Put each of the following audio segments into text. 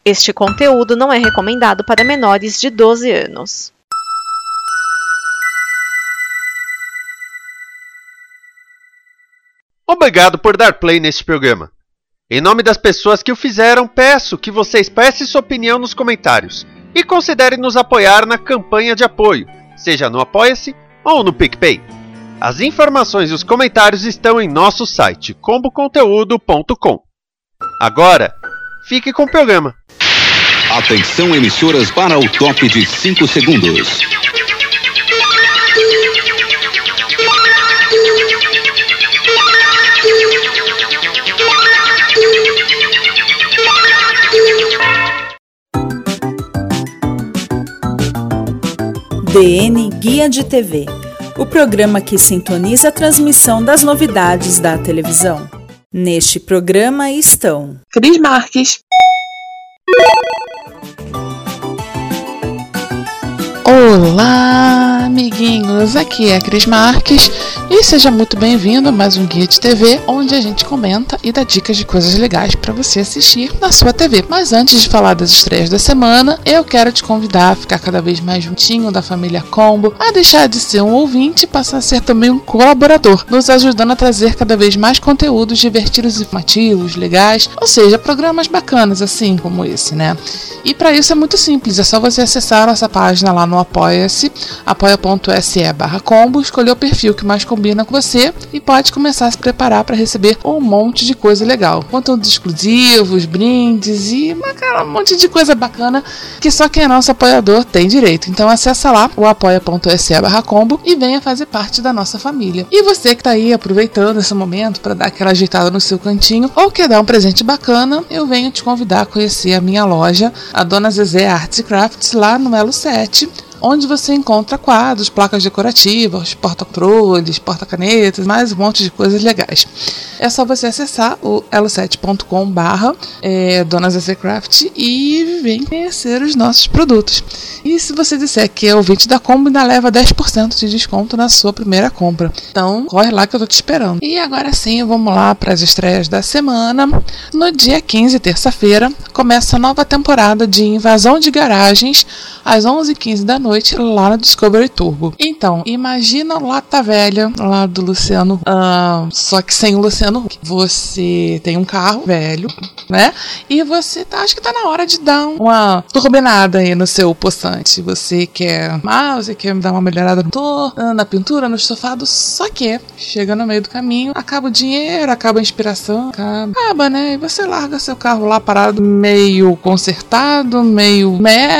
Este conteúdo não é recomendado para menores de 12 anos. Obrigado por dar play neste programa. Em nome das pessoas que o fizeram, peço que você expresse sua opinião nos comentários e considere nos apoiar na campanha de apoio, seja no Apoia-se ou no PicPay. As informações e os comentários estão em nosso site, comboconteúdo.com. Agora, fique com o programa. Atenção, emissoras, para o top de 5 segundos. DN Guia de TV, o programa que sintoniza a transmissão das novidades da televisão. Neste programa estão Cris Marques. Olá, amiguinhos, aqui é a Cris Marques e seja muito bem-vindo a mais um Guia de TV, onde a gente comenta e dá dicas de coisas legais para você assistir na sua TV. Mas antes de falar das estreias da semana, eu quero te convidar a ficar cada vez mais juntinho da família Combo, a deixar de ser um ouvinte e passar a ser também um colaborador, nos ajudando a trazer cada vez mais conteúdos divertidos, informativos, legais, ou seja, programas bacanas assim como esse, né? E para isso é muito simples, é só você acessar a nossa página lá no Apoia-se, apoia.se/combo, escolher o perfil que mais combina com você e pode começar a se preparar para receber um monte de coisa legal. Conteúdos exclusivos, brindes e um monte de coisa bacana que só quem é nosso apoiador tem direito. Então acessa lá o apoia.se/combo e venha fazer parte da nossa família. E você que está aí aproveitando esse momento para dar aquela ajeitada no seu cantinho ou quer dar um presente bacana, eu venho te convidar a conhecer a minha loja, a Dona Zezé Arts & Crafts, lá no Elo 7, onde você encontra quadros, placas decorativas, porta-controles, porta-canetas, mais um monte de coisas legais. É só você acessar o elo7.com/Dona Zezé Craft e vem conhecer os nossos produtos. E se você disser que é ouvinte da Combo, ainda leva 10% de desconto na sua primeira compra. Então, corre lá que eu tô te esperando. E agora sim, vamos lá para as estreias da semana. No dia 15, terça-feira, começa a nova temporada de Invasão de Garagens, às 11h15 da noite, lá no Discovery Turbo. Então, imagina Lata Velha, lá do Luciano, só que sem o Luciano Huck. Você tem um carro velho, né? E você acho que tá na hora de dar uma turbinada aí no seu poçante. Você quer dar uma melhorada no motor, na pintura, no estofado, só que chega no meio do caminho, acaba o dinheiro, acaba a inspiração, acaba, né? E você larga seu carro lá parado, meio consertado, meio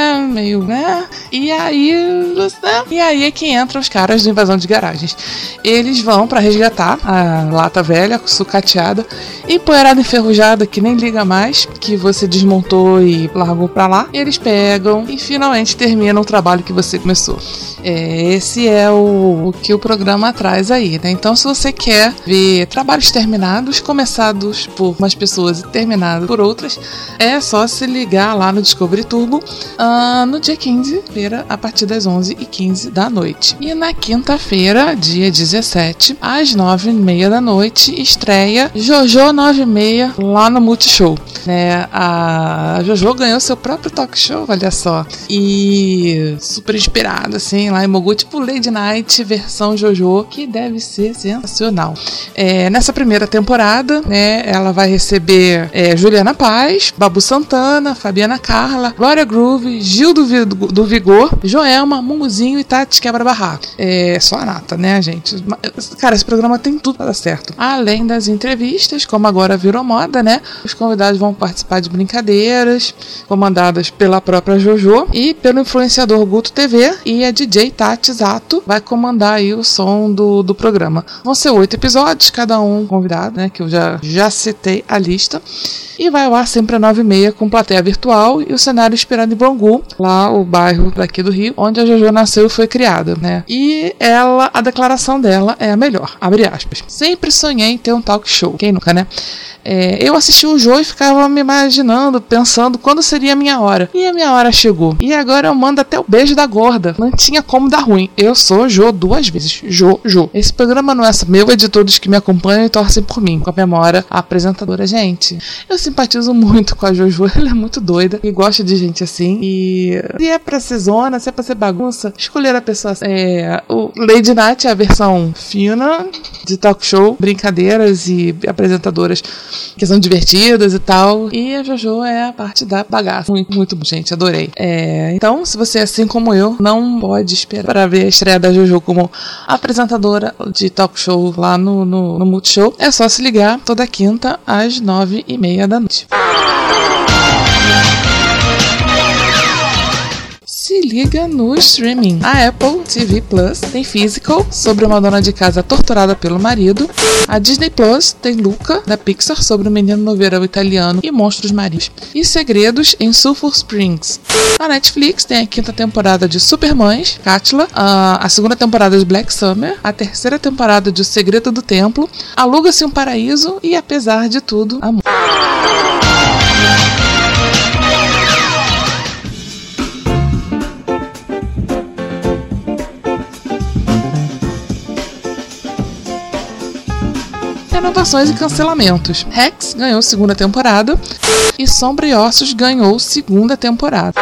e aí é que entram os caras de Invasão de Garagens. Eles vão pra resgatar a lata velha, sucateada, empoeirada, enferrujada, que nem liga mais, que você desmontou e largou pra lá. Eles pegam e finalmente terminam o trabalho que você começou. Esse é o que o programa traz aí, né? Então, se você quer ver trabalhos terminados, começados por umas pessoas e terminados por outras, é só se ligar lá no Discovery Turbo no dia 15-feira, a partir das 11h15 da noite. E na quinta-feira, dia 17, às 9h30 da noite, estreia Jojo 96 lá no Multishow. Né? A Jojo ganhou seu próprio talk show, olha só. E super inspirado, assim, lá em Mogu, tipo Lady Night versão Jojo, que deve ser sensacional. Nessa primeira temporada, né, ela vai receber Juliana Paz, Babu Santana, Fabiana Carla, Glória Groove, Gil do Vigor, Joelma, Mumuzinho e Tati Quebra-Barraco. Só a nata, né, gente? Cara, esse programa tem tudo para dar certo. Além das entrevistas, como agora virou moda, né, os convidados vão participar de brincadeiras comandadas pela própria Jojo e pelo influenciador Guto TV, e a DJ Tati Zato vai comandar aí o som do programa. Vão ser 8 episódios, cada um convidado, né, que eu já citei a lista, e vai ao ar sempre às 9h30 com plateia virtual e o cenário inspirado em Bangu, lá o bairro daqui do Rio, Rio, onde a JoJo nasceu e foi criada, né? E a declaração dela é a melhor, abre aspas. Sempre sonhei em ter um talk show. Quem nunca, né? Eu assisti o jogo e ficava me imaginando, pensando quando seria a minha hora. E a minha hora chegou. E agora eu mando até o beijo da gorda. Não tinha como dar ruim. Eu sou Jo 2 vezes. Jo. Esse programa não é meu, é de todos que me acompanham e torcem por mim. Com a memória, a apresentadora. Gente, eu simpatizo muito com a JoJo. Ela é muito doida e gosta de gente assim. E se é pra ser zona, se é pra ser bagunça, escolher a pessoa. O Lady Night é a versão fina de talk show, brincadeiras e apresentadoras que são divertidas e tal. E a JoJo é a parte da bagaça. Muito, muito bom, gente. Adorei. Então, se você, assim como eu, não pode esperar para ver a estreia da JoJo como apresentadora de talk show lá no Multishow, é só se ligar toda quinta às 9h30 da noite. Se liga no streaming. A Apple TV Plus tem Physical, sobre uma dona de casa torturada pelo marido. A Disney Plus tem Luca, da Pixar, sobre um menino no verão italiano e monstros marinhos. E Segredos em Sulphur Springs. A Netflix tem a 5ª temporada de Supermães, Cátila, a 2ª temporada de Black Summer, a 3ª temporada de O Segredo do Templo, Aluga-se um Paraíso e, apesar de tudo, Amor. Renovações e cancelamentos. Rex ganhou 2ª temporada e Sombra e Ossos ganhou 2ª temporada.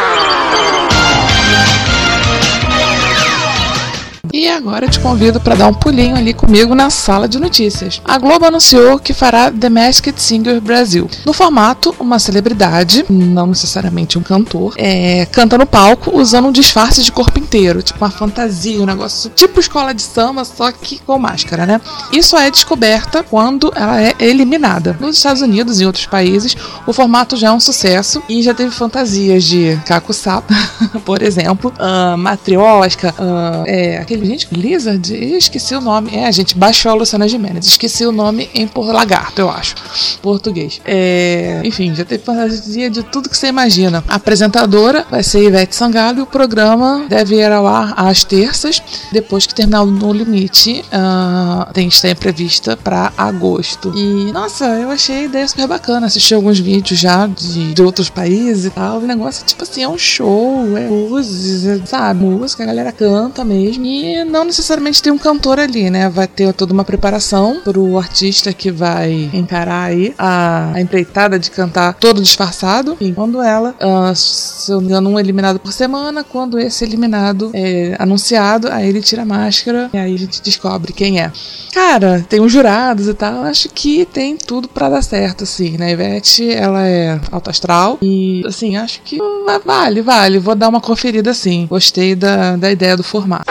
E agora eu te convido para dar um pulinho ali comigo na sala de notícias. A Globo anunciou que fará The Masked Singer Brasil. No formato, uma celebridade, não necessariamente um cantor, canta no palco usando um disfarce de corpo inteiro, tipo uma fantasia, um negócio tipo escola de samba, só que com máscara, né? Isso é descoberta quando ela é eliminada. Nos Estados Unidos e em outros países, o formato já é um sucesso e já teve fantasias de Caco Sapo, por exemplo, Matrioska, aquele gente, Lizard, esqueci o nome. A gente baixou a Luciana Gimenez, esqueci o nome em lagarto, eu acho, português. Enfim, já teve fantasia de tudo que você imagina. A apresentadora vai ser Ivete Sangalo e o programa deve ir ao ar às terças, depois que terminar o No Limite, tem estreia prevista para agosto. E, nossa, eu achei a ideia super bacana. Assisti alguns vídeos já de outros países e tal. O negócio, tipo assim, é um show, luzes, sabe? Música, a galera canta mesmo. E não necessariamente tem um cantor ali, né? Vai ter toda uma preparação pro artista que vai encarar aí a empreitada de cantar todo disfarçado. E quando ela, se eu não me engano, um eliminado por semana, quando esse eliminado é anunciado, aí ele tira a máscara e aí a gente descobre quem é. Cara, tem os jurados e tal, acho que tem tudo pra dar certo, assim, né? A Ivete, ela é alto astral e, assim, acho que vale, vou dar uma conferida, assim. Gostei da ideia do formato.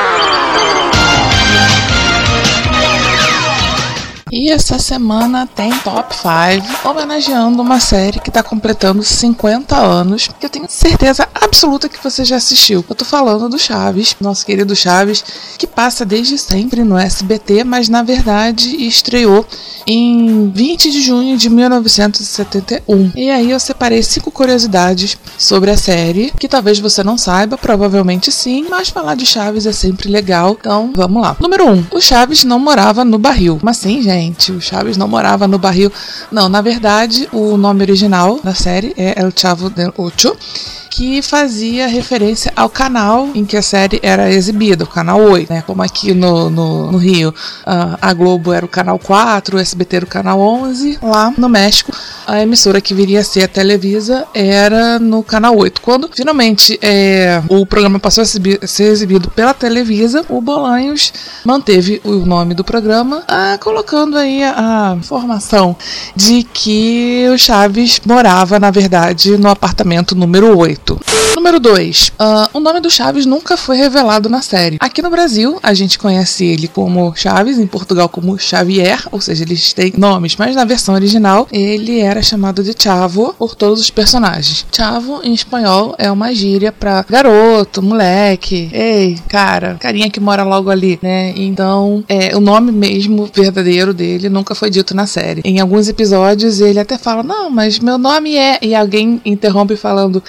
E essa semana tem Top 5 homenageando uma série que está completando 50 anos, que eu tenho certeza absoluta que você já assistiu. Eu tô falando do Chaves, nosso querido Chaves, que passa desde sempre no SBT, mas na verdade estreou em 20 de junho de 1971. E aí eu separei 5 curiosidades sobre a série, que talvez você não saiba, provavelmente sim, mas falar de Chaves é sempre legal, então vamos lá. Número 1. O Chaves não morava no barril. Mas sim, gente, o Chaves não morava no barril. Não, na verdade, o nome original da série é El Chavo del Ocho, que fazia referência ao canal em que a série era exibida, o canal 8, né? Como aqui no Rio, a Globo era o canal 4, o SBT era o canal 11, lá no México, a emissora que viria a ser a Televisa era no canal 8. Quando finalmente o programa passou a ser exibido pela Televisa, o Bolanhos manteve o nome do programa, colocando aí a informação de que o Chaves morava, na verdade, no apartamento número 8. Número 2. O nome do Chaves nunca foi revelado na série. Aqui no Brasil, a gente conhece ele como Chaves, em Portugal como Xavier, ou seja, eles têm nomes, mas na versão original ele era chamado de Chavo por todos os personagens. Chavo, em espanhol, é uma gíria pra garoto, moleque, ei, carinha que mora logo ali, né? Então, o nome mesmo verdadeiro dele nunca foi dito na série. Em alguns episódios, ele até fala, não, mas meu nome é... E alguém interrompe falando, Chaves,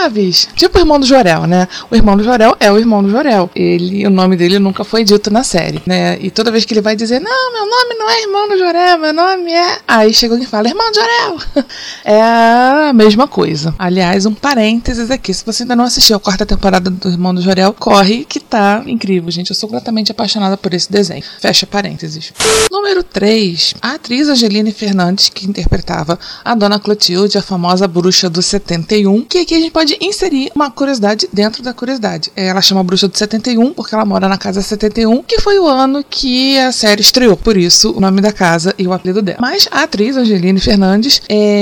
Chaves, tipo o irmão do Jor-El, né? O irmão do Jor-El é o irmão do Jor-El. O nome dele nunca foi dito na série, né? E toda vez que ele vai dizer, não, meu nome não é irmão do Jor-El, meu nome é... Aí chega alguém e fala, irmão do Jor-El. É a mesma coisa. Aliás, um parênteses aqui, se você ainda não assistiu a 4ª temporada do Irmão do Jor-El, corre que tá incrível, gente. Eu sou completamente apaixonada por esse desenho. Fecha parênteses. Número 3. A atriz Angeline Fernandes, que interpretava a Dona Clotilde, a famosa bruxa do 71, que aqui a gente pode inserir uma curiosidade dentro da curiosidade. Ela chama Bruxa do 71 porque ela mora na casa 71, que foi o ano que a série estreou. Por isso, o nome da casa e o apelido dela. Mas a atriz Angeline Fernandes,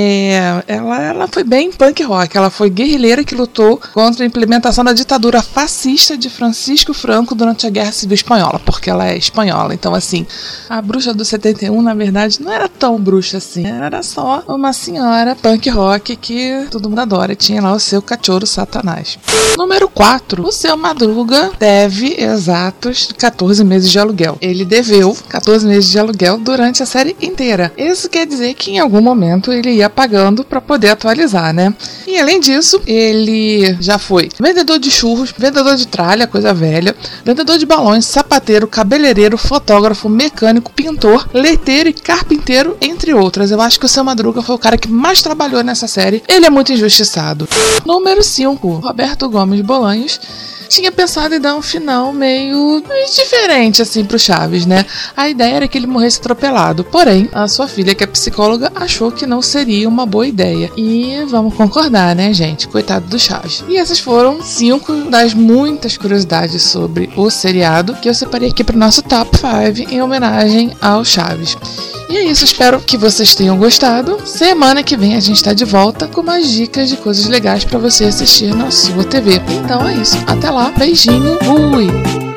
ela foi bem punk rock. Ela foi guerrilheira que lutou contra a implementação da ditadura fascista de Francisco Franco durante a Guerra Civil Espanhola, porque ela é espanhola. Então, assim, a Bruxa do 71, na verdade, não era tão bruxa assim. Era só uma senhora punk rock que todo mundo adora. Tinha lá o seu cachorro Satanás. Número 4. O Seu Madruga deve exatos 14 meses de aluguel. Ele deveu 14 meses de aluguel durante a série inteira. Isso quer dizer que em algum momento ele ia pagando para poder atualizar, né? E além disso, ele já foi vendedor de churros, vendedor de tralha, coisa velha, vendedor de balões, sapateiro, cabeleireiro, fotógrafo, mecânico, pintor, leiteiro e carpinteiro, entre outras. Eu acho que o Seu Madruga foi o cara que mais trabalhou nessa série. Ele é muito injustiçado. Número 5. Roberto Gomes Bolanhos tinha pensado em dar um final meio diferente, assim, pro Chaves, né? A ideia era que ele morresse atropelado. Porém, a sua filha, que é psicóloga, achou que não seria uma boa ideia. E vamos concordar, né, gente? Coitado do Chaves. E essas foram 5 das muitas curiosidades sobre o seriado que eu separei aqui pro nosso Top 5 em homenagem ao Chaves. E é isso, espero que vocês tenham gostado. Semana que vem a gente está de volta com mais dicas de coisas legais para você assistir na sua TV. Então é isso, até lá, beijinho, fui!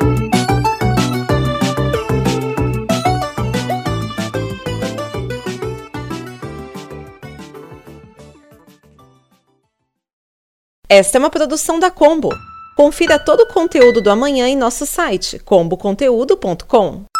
Esta é uma produção da Combo. Confira todo o conteúdo do amanhã em nosso site comboconteúdo.com.